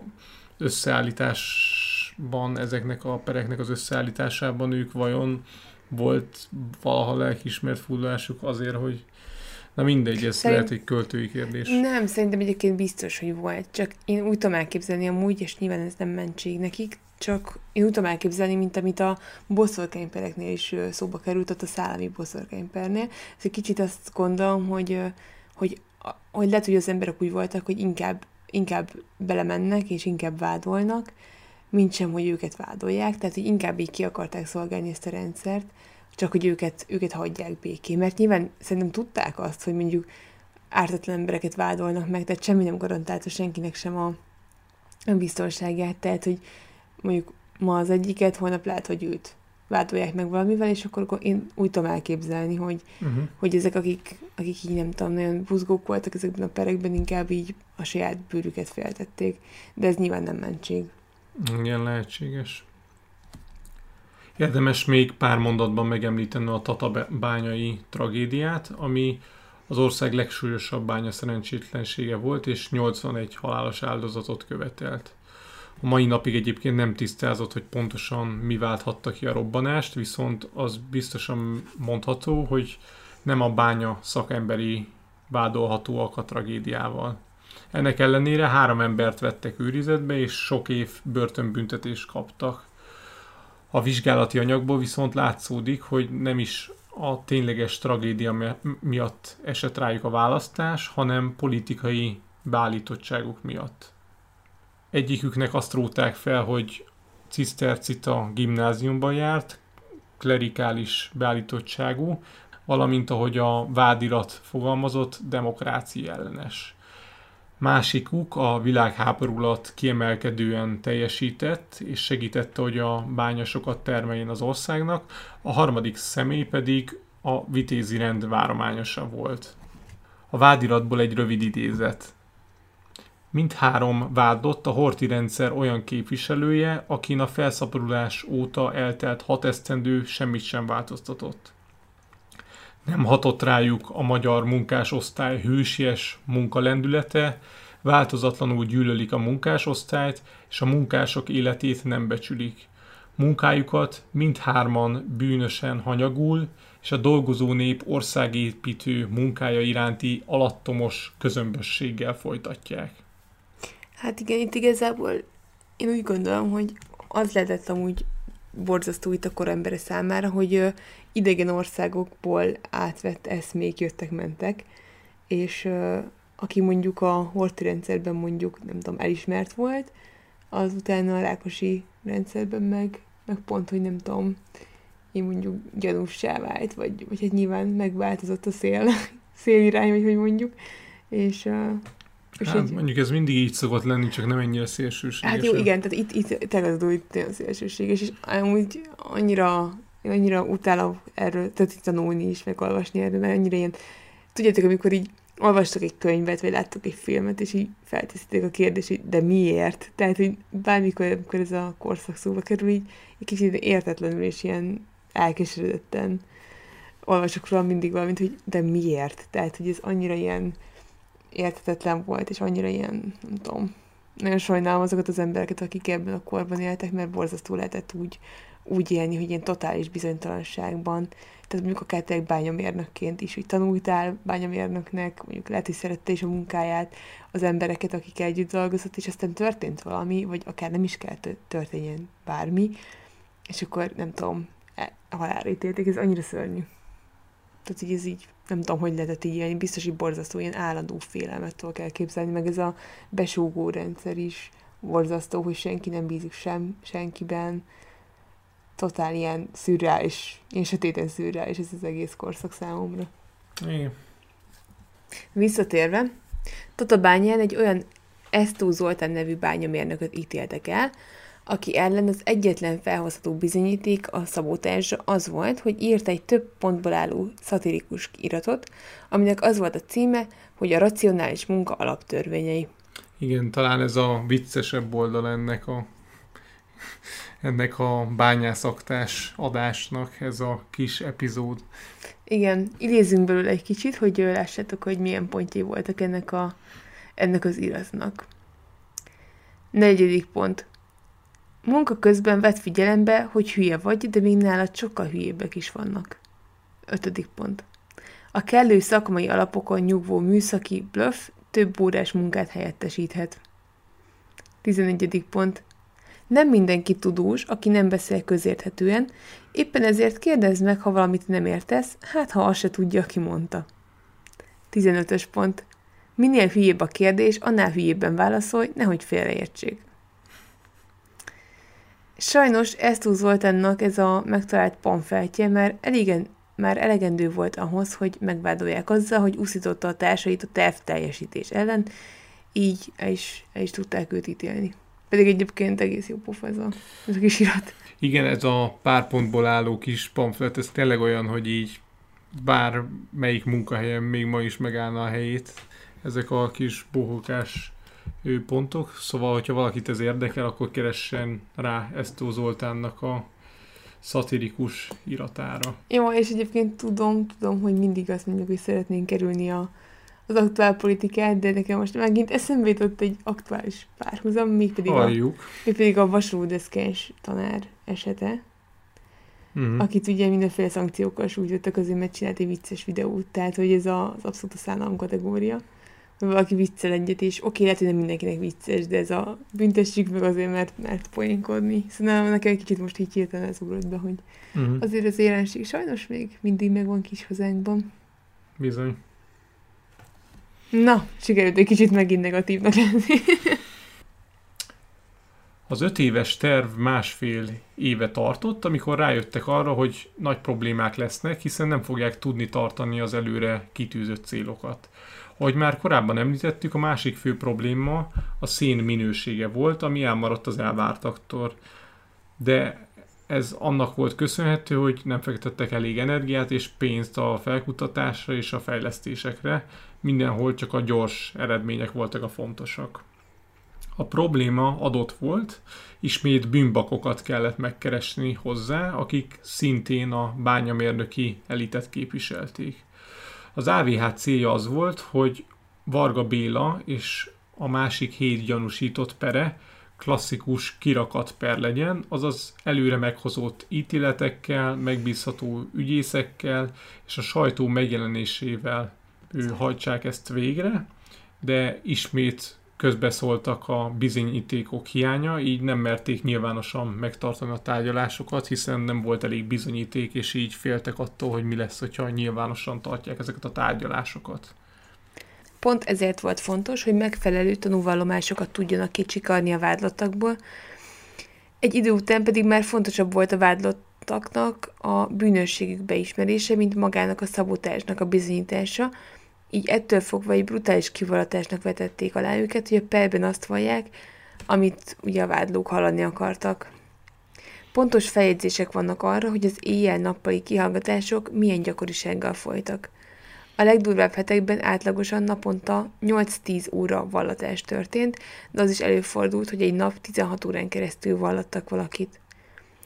összeállításban, ezeknek a pereknek az összeállításában, ők vajon volt valaha lelkiismert furdalásuk azért, hogy na mindegy, ez lehet egy költői kérdés. Nem, szerintem egyébként biztos, hogy volt. Csak én úgy tudom elképzelni amúgy, és nyilván ez nem mentség nekik, csak én úgy tudom elképzelni, mint amit a boszorkánypereknél is szóba került, ott a szálami boszorkánypernél. Ez egy kicsit azt gondolom, hogy lehet, hogy az emberek úgy voltak, hogy inkább belemennek, és inkább vádolnak, mint sem, hogy őket vádolják. Tehát, hogy inkább így ki akarták szolgálni ezt a rendszert, csak hogy őket hagyják békén. Mert nyilván szerintem tudták azt, hogy mondjuk ártatlan embereket vádolnak meg, tehát semmi nem garantálta senkinek sem a biztonságát. Tehát, hogy mondjuk ma az egyiket, holnap lehet, hogy őt vádolják meg valamivel, és akkor én úgy tudom elképzelni, hogy ezek, akik így nem tudom, nagyon buzgók voltak ezekben a perekben, inkább így a saját bőrüket féltették. De ez nyilván nem mentség. Igen, lehetséges. Érdemes még pár mondatban megemlíteni a tatabányai tragédiát, ami az ország legsúlyosabb bánya szerencsétlensége volt, és 81 halálos áldozatot követelt. A mai napig egyébként nem tisztázott, hogy pontosan mi válthatta ki a robbanást, viszont az biztosan mondható, hogy nem a bánya szakemberi vádolhatóak a tragédiával. Ennek ellenére 3 embert vettek őrizetbe, és sok év börtönbüntetést kaptak. A vizsgálati anyagból viszont látszódik, hogy nem is a tényleges tragédia miatt esett rájuk a választás, hanem politikai beállítottságuk miatt. Egyiküknek azt rótták fel, hogy cisztercita gimnáziumban járt, klerikális beállítottságú, valamint ahogy a vádirat fogalmazott, demokrácia ellenes. Másikuk a világháború alatt kiemelkedően teljesített, és segítette, hogy a bányasokat termeljen az országnak, a harmadik személy pedig a vitézi rend várományosa volt. A vádiratból egy rövid idézet. Mindhárom vádlott a horthy rendszer olyan képviselője, akin a felszabadulás óta eltelt 6 esztendő semmit sem változtatott. Nem hatott rájuk a magyar munkásosztály hősies munkalendülete, változatlanul gyűlölik a munkásosztályt, és a munkások életét nem becsülik. Munkájukat mindhárman bűnösen hanyagul, és a dolgozó nép országépítő munkája iránti alattomos közömbösséggel folytatják. Hát igen, itt igazából én úgy gondolom, hogy az lehetett amúgy borzasztó itt a korembere számára, hogy idegen országokból átvett eszmék jöttek-mentek, és aki mondjuk a horthy rendszerben mondjuk, nem tudom, elismert volt, az utána a Rákosi rendszerben meg pont, hogy nem tudom, én mondjuk gyanússá vált, vagy hát nyilván megváltozott a szélirány, vagy hogy mondjuk, és hát, mondjuk ez mindig így szokott lenni, csak nem ennyire szélsőséges. Hát jó, igen, tehát itt tagadó, itt nagyon szélsőséges, és amúgy annyira utálom erről, tehát tanulni is, meg olvasni erről, mert annyira ilyen, tudjátok, amikor így olvastok egy könyvet, vagy láttok egy filmet, és így felteszitek a kérdést, hogy de miért? Tehát, hogy bármikor, amikor ez a korszak szóba kerül, így egy kicsit értetlenül és ilyen elkeseredetten olvasok róla mindig valamint, hogy de miért? Tehát, hogy ez annyira ilyen érthetetlen volt, és annyira ilyen, nem tudom, nagyon sajnálom azokat az embereket, akik ebben a korban éltek, mert borzasztó lehetett úgy élni, hogy ilyen totális bizonytalanságban. Tehát mondjuk akár te bányamérnökként is, hogy tanultál bányamérnöknek, mondjuk lehet, hogy szerette is a munkáját, az embereket, akik együtt dolgozott, és aztán történt valami, vagy akár nem is kell történjen bármi, és akkor nem tudom, halálra ítélték, ez annyira szörnyű. Tehát, hogy ez így, nem tudom, hogy lehetett így élni, biztos, hogy borzasztó, ilyen állandó félelmettől kell képzelni, meg ez a besúgó rendszer is borzasztó, hogy senki nem bízik senkiben, totál ilyen szürreális, ilyen sötéten szürreális ez az egész korszak számomra. Igen. Visszatérve, Tatabányán egy olyan Esztó Zoltán nevű bányamérnököt ítéltek el, aki ellen az egyetlen felhozható bizonyíték a szabotázsa az volt, hogy írt egy több pontból álló szatirikus iratot, aminek az volt a címe, hogy a racionális munka alaptörvényei. Igen, talán ez a viccesebb oldal ennek a bányászaktás adásnak, ez a kis epizód. Igen, idézzünk belőle egy kicsit, hogy lássátok, hogy milyen pontjai voltak ennek az iratnak. 4. pont. Munka közben vedd figyelembe, hogy hülye vagy, de még nálad sokkal hülyébbek is vannak. 5. pont. A kellő szakmai alapokon nyugvó műszaki bluff több órás munkát helyettesíthet. 11. pont. Nem mindenki tudós, aki nem beszél közérthetően, éppen ezért kérdezd meg, ha valamit nem értesz, hát ha azt se tudja, aki mondta. 15. pont. Minél hülyébb a kérdés, annál hülyébben válaszolj, nehogy félreértsék. Sajnos Esztó Zoltánnak ez a megtalált pamfletje már elegendő volt ahhoz, hogy megvádolják azzal, hogy uszította a társait a tervteljesítés ellen, így el is tudták őt ítélni. Pedig egyébként egész jó pofa ez a kis irat. Igen, ez a pár pontból álló kis pamflet, ez tényleg olyan, hogy így bármelyik munkahelyen még ma is megállna a helyét. Ezek a kis bohókás pontok. Szóval, hogyha valakit ez érdekel, akkor keressen rá Esztó Zoltánnak a szatirikus iratára. Jó, és egyébként tudom, hogy mindig azt mondjuk, hogy szeretnénk kerülni az aktuál politikát, de nekem most megint eszembe jutott egy aktuális párhuzam, mégpedig a vasúdeszkás tanár esete, akit ugye mindenféle szankciókkal sújtottak azért, mert csinált egy vicces videót, tehát hogy ez az abszolút a szánalom kategória, hogy valaki viccel egyet, és oké, lehet, hogy nem mindenkinek vicces, de ez a büntessük meg azért, mert poénkodni. Szóval nekem egy kicsit most így hirtelen ez ugrott be, hogy azért az jelenség sajnos még mindig megvan kis hazánkban. Bizony. Na, sikerült egy kicsit megint negatívnak lenni. Az 5 éves terv 1,5 éve tartott, amikor rájöttek arra, hogy nagy problémák lesznek, hiszen nem fogják tudni tartani az előre kitűzött célokat. Ahogy már korábban említettük, a másik fő probléma a szén minősége volt, ami elmaradt az elvártaktól. De ez annak volt köszönhető, hogy nem fektettek elég energiát és pénzt a felkutatásra és a fejlesztésekre, mindenhol csak a gyors eredmények voltak a fontosak. A probléma adott volt, ismét bűnbakokat kellett megkeresni hozzá, akik szintén a bányamérnöki elitet képviselték. Az AVH célja az volt, hogy Varga Béla és a másik 7 gyanúsított pere klasszikus kirakat per legyen, azaz előre meghozott ítéletekkel, megbízható ügyészekkel és a sajtó megjelenésével hajtsák ezt végre, de ismét közbeszóltak a bizonyítékok hiánya, így nem merték nyilvánosan megtartani a tárgyalásokat, hiszen nem volt elég bizonyíték, és így féltek attól, hogy mi lesz, hogyha nyilvánosan tartják ezeket a tárgyalásokat. Pont ezért volt fontos, hogy megfelelő tanúvallomásokat tudjanak kicsikarni a vádlottakból. Egy idő után pedig már fontosabb volt a vádlottaknak a bűnösségük beismerése, mint magának a szabotásnak a bizonyítása, így ettől fogva egy brutális kivallatásnak vetették alá őket, hogy a perben azt vallják, amit ugye a vádlók hallani akartak. Pontos feljegyzések vannak arra, hogy az éjjel-nappali kihallgatások milyen gyakorisággal folytak. A legdurvább hetekben átlagosan naponta 8-10 óra vallatás történt, de az is előfordult, hogy egy nap 16 órán keresztül vallattak valakit.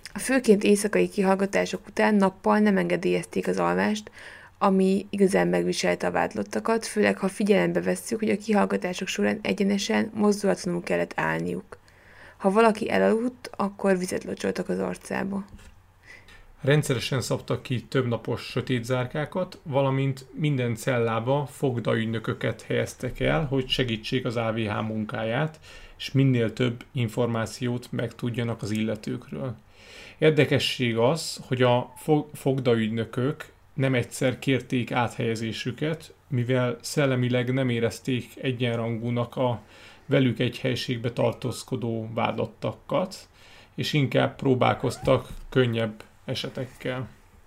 A főként éjszakai kihallgatások után nappal nem engedélyezték az alvást, ami igazán megviselte a vádlottakat, főleg ha figyelembe vesszük, hogy a kihallgatások során egyenesen, mozdulatlanul kellett állniuk. Ha valaki elaludt, akkor vizet locsoltak az arcába. Rendszeresen szabtak ki többnapos sötétzárkákat, valamint minden cellába fogdaügynököket helyeztek el, hogy segítsék az AVH munkáját, és minél több információt megtudjanak az illetőkről. Érdekesség az, hogy a fogdaügynökök nem egyszer kérték áthelyezésüket, mivel szellemileg nem érezték egyenrangúnak a velük egy helységbe tartózkodó vádlottakat, és inkább próbálkoztak könnyebb esetekkel.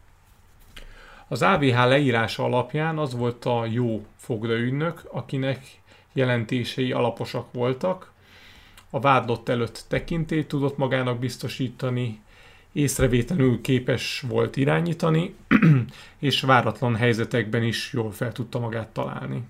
Az AVH leírása alapján az volt a jó fogdaügynök, akinek jelentései alaposak voltak, a vádlott előtt tekintélyt tudott magának biztosítani, észrevétlenül képes volt irányítani, és váratlan helyzetekben is jól fel tudta magát találni.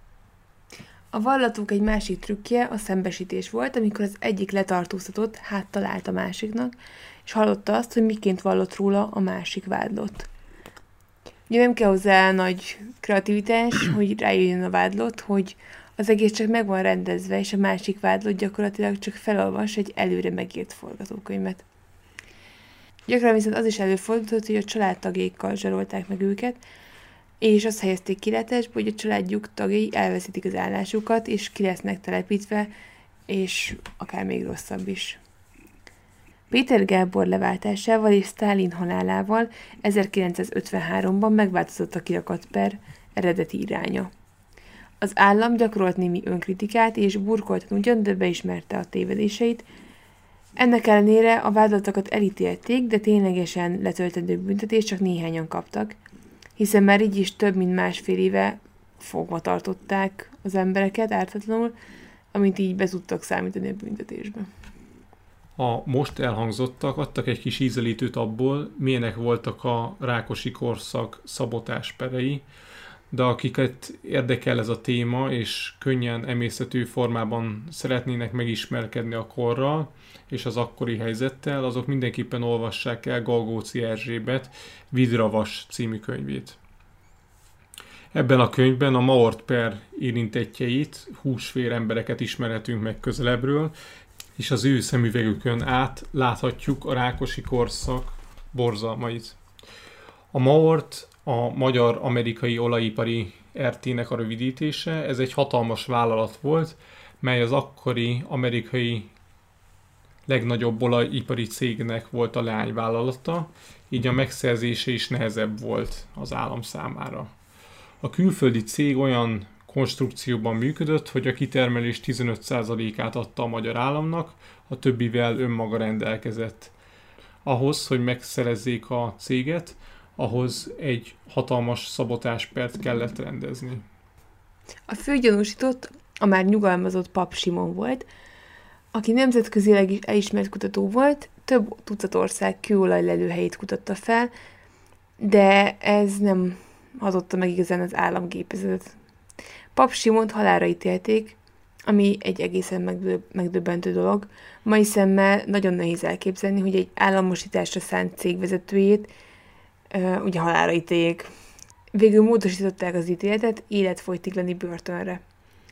A vallatuk egy másik trükkje a szembesítés volt, amikor az egyik letartóztatott háttal állt a másiknak, és hallotta azt, hogy miként vallott róla a másik vádlott. Ugye nem kell hozzá nagy kreativitás, hogy rájöjjön a vádlott, hogy az egész csak meg van rendezve, és a másik vádlott gyakorlatilag csak felolvas egy előre megírt forgatókönyvet. Gyakran viszont az is előfordult, hogy a családtagjaikkal zsarolták meg őket, és azt helyezték kilátásba, hogy a családjuk tagjai elveszítik az állásukat, és ki lesznek telepítve, és akár még rosszabb is. Péter Gábor leváltásával és Sztálin halálával 1953-ban megváltozott a kirakatper eredeti iránya. Az állam gyakorolt némi önkritikát, és burkoltan ugyan, de beismerte a tévedéseit. Ennek ellenére a vádlottakat elítélték, de ténylegesen letöltendő büntetést csak néhányan kaptak, hiszen már így is több mint másfél éve fogva tartották az embereket ártatlanul, amit így be tudtak számítani a büntetésbe. A most elhangzottak adtak egy kis ízelítőt abból, milyenek voltak a Rákosi korszak szabotásperei, de akiket érdekel ez a téma, és könnyen emészhető formában szeretnének megismerkedni a korral és az akkori helyzettel, azok mindenképpen olvassák el Galgóci Erzsébet Vidravas című könyvét. Ebben a könyvben a Maort per érintettjeit, húsvér embereket ismerhetünk meg közelebbről, és az ő szemüvegükön át láthatjuk a Rákosi korszak borzalmait. A Maort a Magyar-Amerikai Olajipari RT-nek a rövidítése, ez egy hatalmas vállalat volt, mely az akkori amerikai legnagyobb olajipari cégnek volt a leányvállalata, így a megszerzése is nehezebb volt az állam számára. A külföldi cég olyan konstrukcióban működött, hogy a kitermelés 15%-át adta a magyar államnak, a többivel önmaga rendelkezett. Ahhoz, hogy megszerezzék a céget, ahhoz egy hatalmas szabotáspert kellett rendezni. A főgyanúsított a már nyugalmazott Pap Simon volt, aki nemzetközileg is elismert kutató volt, több tucat ország kőolajlelőhelyét kutatta fel, de ez nem hazotta meg igazán az államgépezetet. Pap Simont halálra ítélték, ami egy egészen megdöbbentő dolog. Mai szemmel nagyon nehéz elképzelni, hogy egy államosításra szánt cégvezetőjét ugye halálra ítéljék. Végül módosították az ítéletet életfogytiglani börtönre.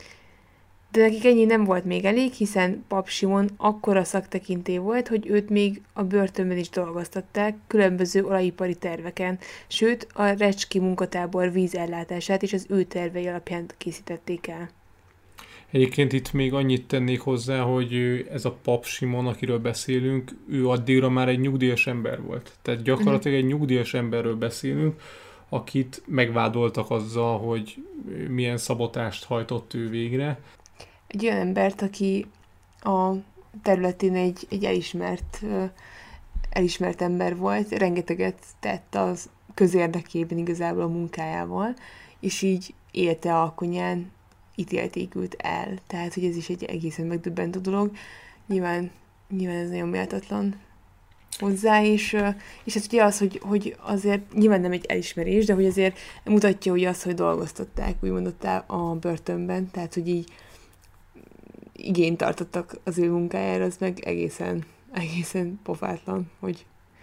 De nekik ennyi nem volt még elég, hiszen Pap Simon akkora szaktekintély volt, hogy őt még a börtönben is dolgoztatták különböző olajipari terveken, sőt a Recski munkatábor vízellátását is az ő tervei alapján készítették el. Egyébként itt még annyit tennék hozzá, hogy ez a Pap Simon, akiről beszélünk, ő addigra már egy nyugdíjas ember volt. Tehát gyakorlatilag egy nyugdíjas emberről beszélünk, akit megvádoltak azzal, hogy milyen szabotást hajtott ő végre. Egy olyan embert, aki a területén egy elismert ember volt, rengeteget tett az közérdekében igazából a munkájával, és így élte alkonyán ítélték őt el. Tehát, hogy ez is egy egészen megdöbbentő dolog. Nyilván ez nagyon méltatlan hozzá, és ez ugye az, hogy azért nyilván nem egy elismerés, de hogy azért mutatja ugye azt, hogy dolgoztatták, úgymond a börtönben, tehát, hogy így igényt tartottak az ő munkájára, az meg egészen pofátlan, hogy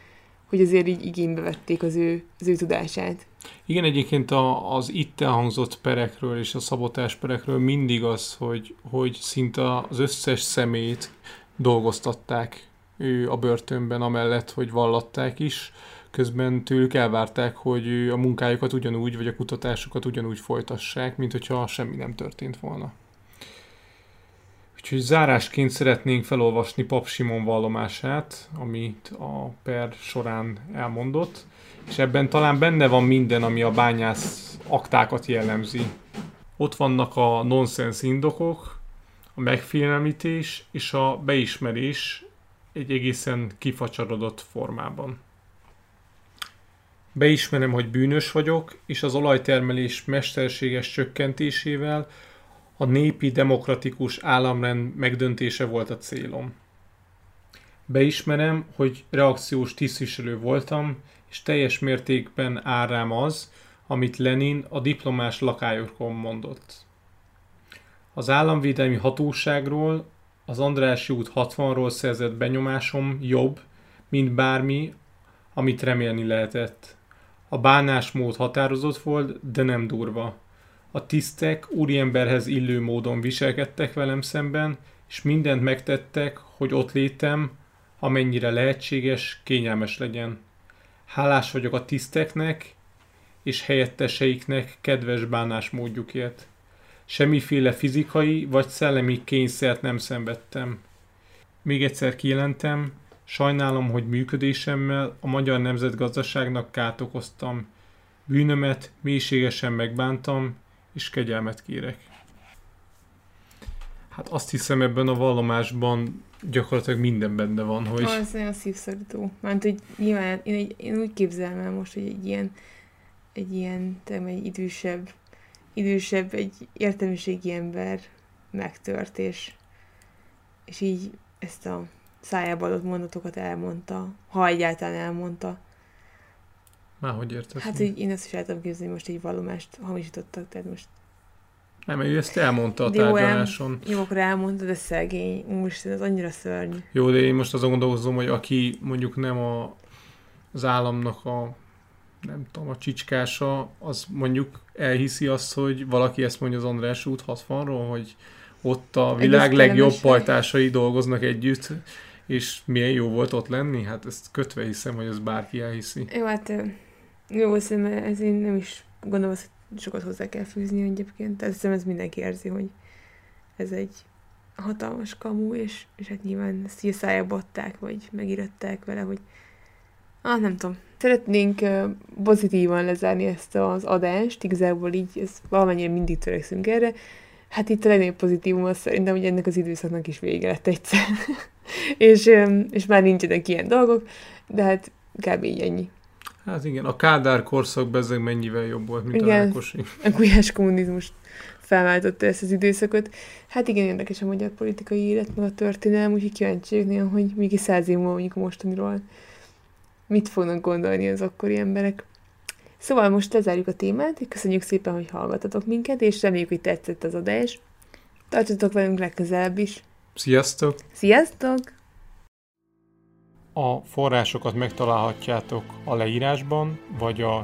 hogy azért így igénybe vették az ő tudását. Igen, egyébként az itt elhangzott perekről és a szabotás perekről mindig az, hogy szinte az összes személyt dolgoztatták a börtönben, amellett, hogy vallatták is. Közben tőlük elvárták, hogy a munkájukat ugyanúgy, vagy a kutatásukat ugyanúgy folytassák, mint hogyha semmi nem történt volna. Úgyhogy zárásként szeretnénk felolvasni Pap Simon vallomását, amit a per során elmondott, és ebben talán benne van minden, ami a bányász aktákat jellemzi. Ott vannak a nonsens indokok, a megfélemlítés és a beismerés egy egészen kifacsarodott formában. Beismerem, hogy bűnös vagyok, és az olajtermelés mesterséges csökkentésével a népi demokratikus államrend megdöntése volt a célom. Beismerem, hogy reakciós tisztviselő voltam, és teljes mértékben áll rám az, amit Lenin a diplomás lakályokon mondott. Az államvédelmi hatóságról, az Andrássy út 60-ról szerzett benyomásom jobb, mint bármi, amit remélni lehetett. A bánásmód határozott volt, de nem durva. A tisztek úriemberhez illő módon viselkedtek velem szemben, és mindent megtettek, hogy ott létem, amennyire lehetséges, kényelmes legyen. Hálás vagyok a tiszteknek és helyetteseiknek kedves bánásmódjukért. Semmiféle fizikai vagy szellemi kényszert nem szenvedtem. Még egyszer kijelentem, sajnálom, hogy működésemmel a magyar nemzetgazdaságnak kárt okoztam. Bűnömet mélységesen megbántam, és kegyelmet kérek. Hát azt hiszem, ebben a vallomásban gyakorlatilag minden benne van, hogy... Az nagyon szívszorító. Mert hogy nyilván én úgy képzelem el most, hogy egy idősebb, egy értelmiségi ember megtört, és így ezt a szájába adott mondatokat elmondta, ha egyáltalán elmondta. Márhogy érted? Hát, hogy én ezt is el tudom képzelni, most egy vallomást hamisítottak, tehát most... Nem, ő ezt elmondta a tárgyaláson. Jó, akkor elmondta, de szegény. Úristen, ez annyira szörnyű. Jó, de én most azon gondolkozom, hogy aki mondjuk nem az államnak nem tudom, a csicskása, az mondjuk elhiszi azt, hogy valaki ezt mondja az Andrássy út 60-ról, hogy ott a világ legjobb pajtásai dolgoznak együtt, és milyen jó volt ott lenni? Hát ezt kötve hiszem, hogy ez bárki elhiszi. Jó, hát jó, szerintem ez én nem is gondolom, hogy sokat hozzá kell fűzni egyébként. Tehát szerintem ez mindenki érzi, hogy ez egy hatalmas kamu, és hát nyilván ezt így a szájába adták, vagy megíratták vele, hogy nem tudom. Szeretnénk pozitívan lezárni ezt az adást, igazából így, ez valamennyire mindig törekszünk erre. Hát itt a legnagyobb pozitívum az szerintem, hogy ennek az időszaknak is vége lett egyszer. és már nincsenek ilyen dolgok, de hát kb. Így ennyi. Hát igen, a Kádár korszak bezzeg mennyivel jobb volt, mint igen, a Rákosi. A gulyás kommunizmus felváltotta ezt az időszakot. Hát igen, érdekes a magyar politikai élet, meg a történelem, úgyhogy kíváncsi vagyok, hogy még 100 év múlva mondjuk a mostaniról mit fognak gondolni az akkori emberek. Szóval most lezárjuk a témát, köszönjük szépen, hogy hallgatatok minket, és reméljük, hogy tetszett az adás. Tartsatok velünk legközelebb is. Sziasztok! Sziasztok! A forrásokat megtalálhatjátok a leírásban, vagy a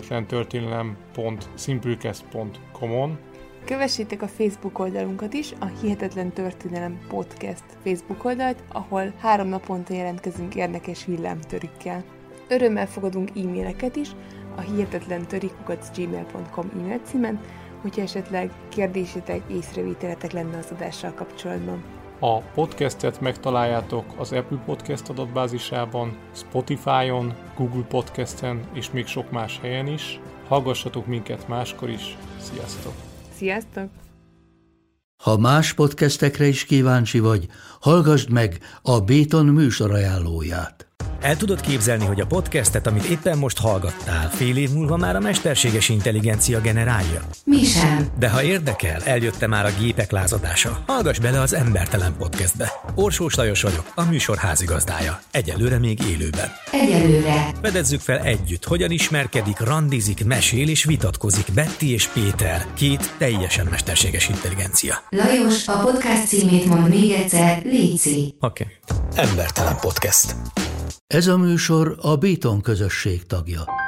hihetetlentörténelem.simplecast.com-on. Kövessétek a Facebook oldalunkat is, a Hihetetlen Történelem Podcast Facebook oldalt, ahol 3 naponta jelentkezünk érdekes villámtörükkel. Örömmel fogadunk e-maileket is a hihetetlentörik@gmail.com e-mail címen, hogyha esetleg kérdésetek, észrevételetek lenne az adással kapcsolatban. A podcastet megtaláljátok az Apple Podcast adatbázisában, Spotify-on, Google Podcasten és még sok más helyen is. Hallgassatok minket máskor is. Sziasztok! Sziasztok! Ha más podcastekre is kíváncsi vagy, hallgassd meg a Béton műsor ajánlóját. El tudod képzelni, hogy a podcastet, amit éppen most hallgattál, fél év múlva már a mesterséges intelligencia generálja? Mi sem. De ha érdekel, eljött már a gépek lázadása. Hallgass bele az Embertelen Podcastbe. Orsós Lajos vagyok, a műsor házigazdája. Egyelőre még élőben. Egyelőre. Fedezzük fel együtt, hogyan ismerkedik, randizik, mesél és vitatkozik Betty és Péter, 2 teljesen mesterséges intelligencia. Lajos, a podcast címét mond még egyszer, léci. Oké. Embertelen Podcast. Ez a műsor a Béton közösség tagja.